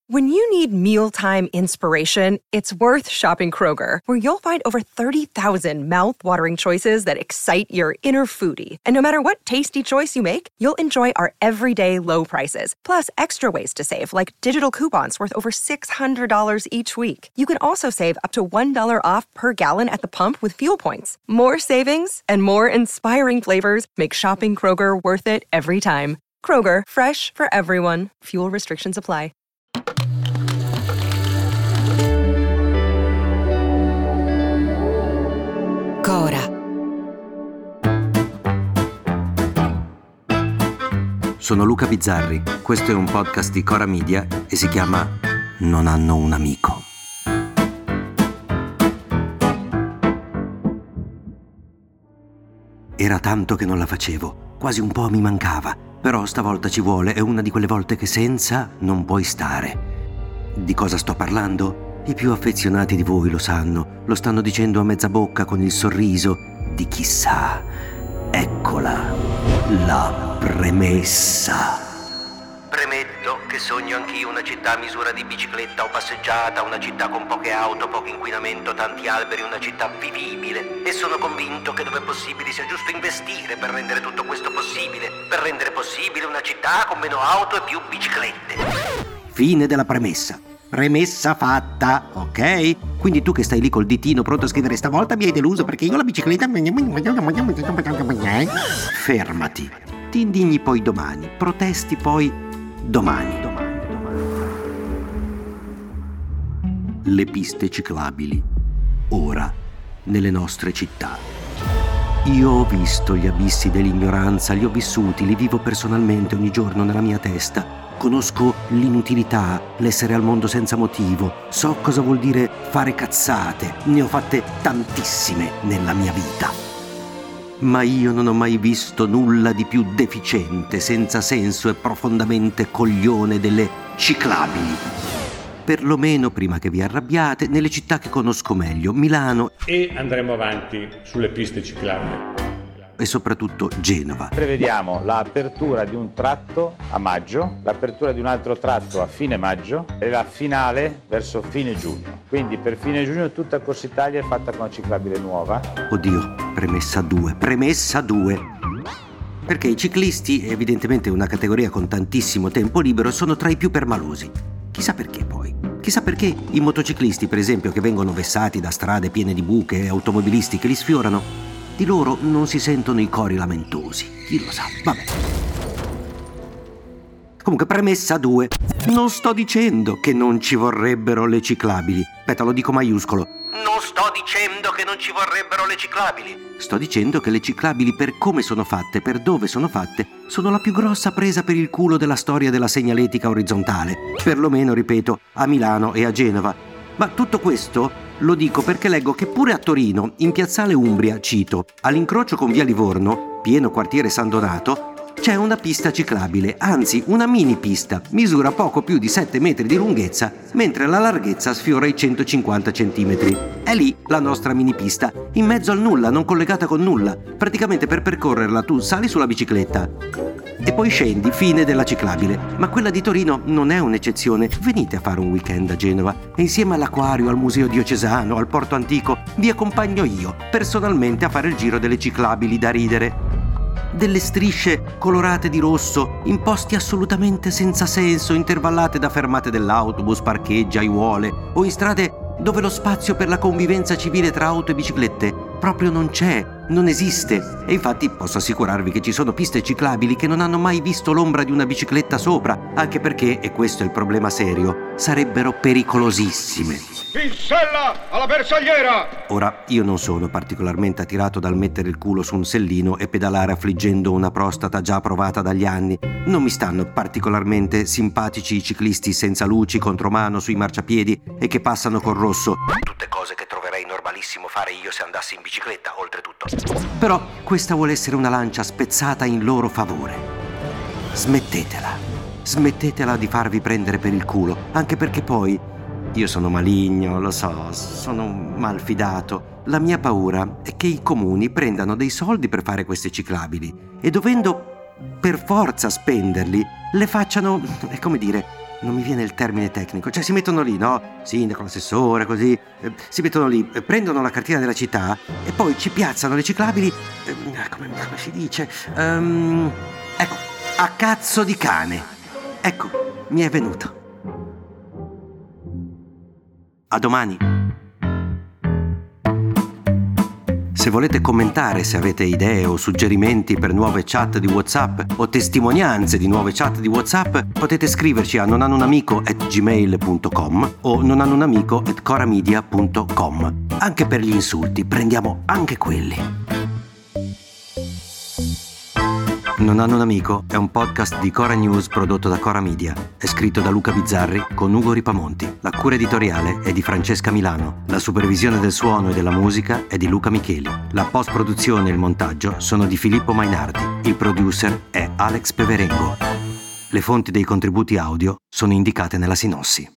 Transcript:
When you need mealtime inspiration, it's worth shopping Kroger, where you'll find over 30,000 mouth-watering choices that excite your inner foodie. And no matter what tasty choice you make, you'll enjoy our everyday low prices, plus extra ways to save, like digital coupons worth over $600 each week. You can also save up to $1 off per gallon at the pump with fuel points. More savings and more inspiring flavors make shopping Kroger worth it every time. Kroger, fresh for everyone. Fuel restrictions apply. Cora. Sono Luca Bizzarri, questo è un podcast di Cora Media e si chiama Non hanno un amico. Era tanto che non la facevo, quasi un po' mi mancava, però stavolta ci vuole, è una di quelle volte che senza non puoi stare. Di cosa sto parlando? I più affezionati di voi lo sanno, lo stanno dicendo a mezza bocca con il sorriso di chi sa. Eccola, la premessa. Premetto che sogno anch'io una città a misura di bicicletta o passeggiata, una città con poche auto, poco inquinamento, tanti alberi, una città vivibile. E sono convinto che dove è possibile sia giusto investire per rendere tutto questo possibile, per rendere possibile una città con meno auto e più biciclette. Fine della premessa. Premessa fatta, ok? Quindi tu che stai lì col ditino pronto a scrivere stavolta mi hai deluso perché io la bicicletta... Fermati. Ti indigni poi domani, protesti poi domani. Le piste ciclabili, ora, nelle nostre città. Io ho visto gli abissi dell'ignoranza, li ho vissuti, li vivo personalmente ogni giorno nella mia testa. Conosco l'inutilità, l'essere al mondo senza motivo, so cosa vuol dire fare cazzate, ne ho fatte tantissime nella mia vita. Ma io non ho mai visto nulla di più deficiente, senza senso e profondamente coglione delle ciclabili. Perlomeno, prima che vi arrabbiate, nelle città che conosco meglio, Milano e andremo avanti sulle piste ciclabili. E soprattutto Genova. Prevediamo l'apertura di un tratto a maggio, l'apertura di un altro tratto a fine maggio e la finale verso fine giugno. Quindi per fine giugno tutta Corsa Italia è fatta con una ciclabile nuova. Oddio, premessa 2. Perché i ciclisti, evidentemente una categoria con tantissimo tempo libero, sono tra i più permalosi. Chissà perché poi. Chissà perché i motociclisti, per esempio, che vengono vessati da strade piene di buche e automobilisti che li sfiorano, di loro non si sentono i cori lamentosi. Chi lo sa? Vabbè. Comunque, premessa 2. Non sto dicendo che non ci vorrebbero le ciclabili. Aspetta, lo dico maiuscolo. Non sto dicendo che non ci vorrebbero le ciclabili. Sto dicendo che le ciclabili, per come sono fatte, per dove sono fatte, sono la più grossa presa per il culo della storia della segnaletica orizzontale. Perlomeno, ripeto, a Milano e a Genova. Ma tutto questo lo dico perché leggo che pure a Torino, in Piazzale Umbria, cito, all'incrocio con via Livorno, pieno quartiere San Donato, c'è una pista ciclabile, anzi una mini pista, misura poco più di 7 metri di lunghezza, mentre la larghezza sfiora i 150 centimetri. È lì la nostra mini pista, in mezzo al nulla, non collegata con nulla. Praticamente per percorrerla tu sali sulla bicicletta e poi scendi, fine della ciclabile. Ma quella di Torino non è un'eccezione. Venite a fare un weekend a Genova e insieme all'acquario, al museo diocesano, al porto antico, vi accompagno io, personalmente, a fare il giro delle ciclabili da ridere. Delle strisce colorate di rosso, in posti assolutamente senza senso, intervallate da fermate dell'autobus, parcheggi, aiuole, o in strade dove lo spazio per la convivenza civile tra auto e biciclette proprio non c'è, non esiste. E infatti posso assicurarvi che ci sono piste ciclabili che non hanno mai visto l'ombra di una bicicletta sopra, anche perché, e questo è il problema serio, sarebbero pericolosissime. Pinsella alla bersagliera! Ora, io non sono particolarmente attirato dal mettere il culo su un sellino e pedalare affliggendo una prostata già provata dagli anni. Non mi stanno particolarmente simpatici i ciclisti senza luci, contromano, sui marciapiedi e che passano col rosso. Tutte cose che troverei normalissimo fare io se andassi in bicicletta, oltretutto. Però questa vuole essere una lancia spezzata in loro favore. Smettetela di farvi prendere per il culo, anche perché poi io sono maligno, lo so, sono malfidato. La mia paura è che i comuni prendano dei soldi per fare queste ciclabili e dovendo per forza spenderli, le facciano, come dire, non mi viene il termine tecnico, cioè si mettono lì, no? Sindaco, l'assessore, così, si mettono lì, prendono la cartina della città e poi ci piazzano le ciclabili, come si dice, ecco, a cazzo di cane. Ecco, mi è venuto. A domani. Se volete commentare, se avete idee o suggerimenti per nuove chat di WhatsApp o testimonianze di nuove chat di WhatsApp, potete scriverci a nonhanunamico@gmail.com o nonhanunamico@coramedia.com. Anche per gli insulti, prendiamo anche quelli. Non hanno un amico è un podcast di Cora News prodotto da Cora Media. È scritto da Luca Bizzarri con Ugo Ripamonti. La cura editoriale è di Francesca Milano. La supervisione del suono e della musica è di Luca Micheli. La post-produzione e il montaggio sono di Filippo Mainardi. Il producer è Alex Peverengo. Le fonti dei contributi audio sono indicate nella sinossi.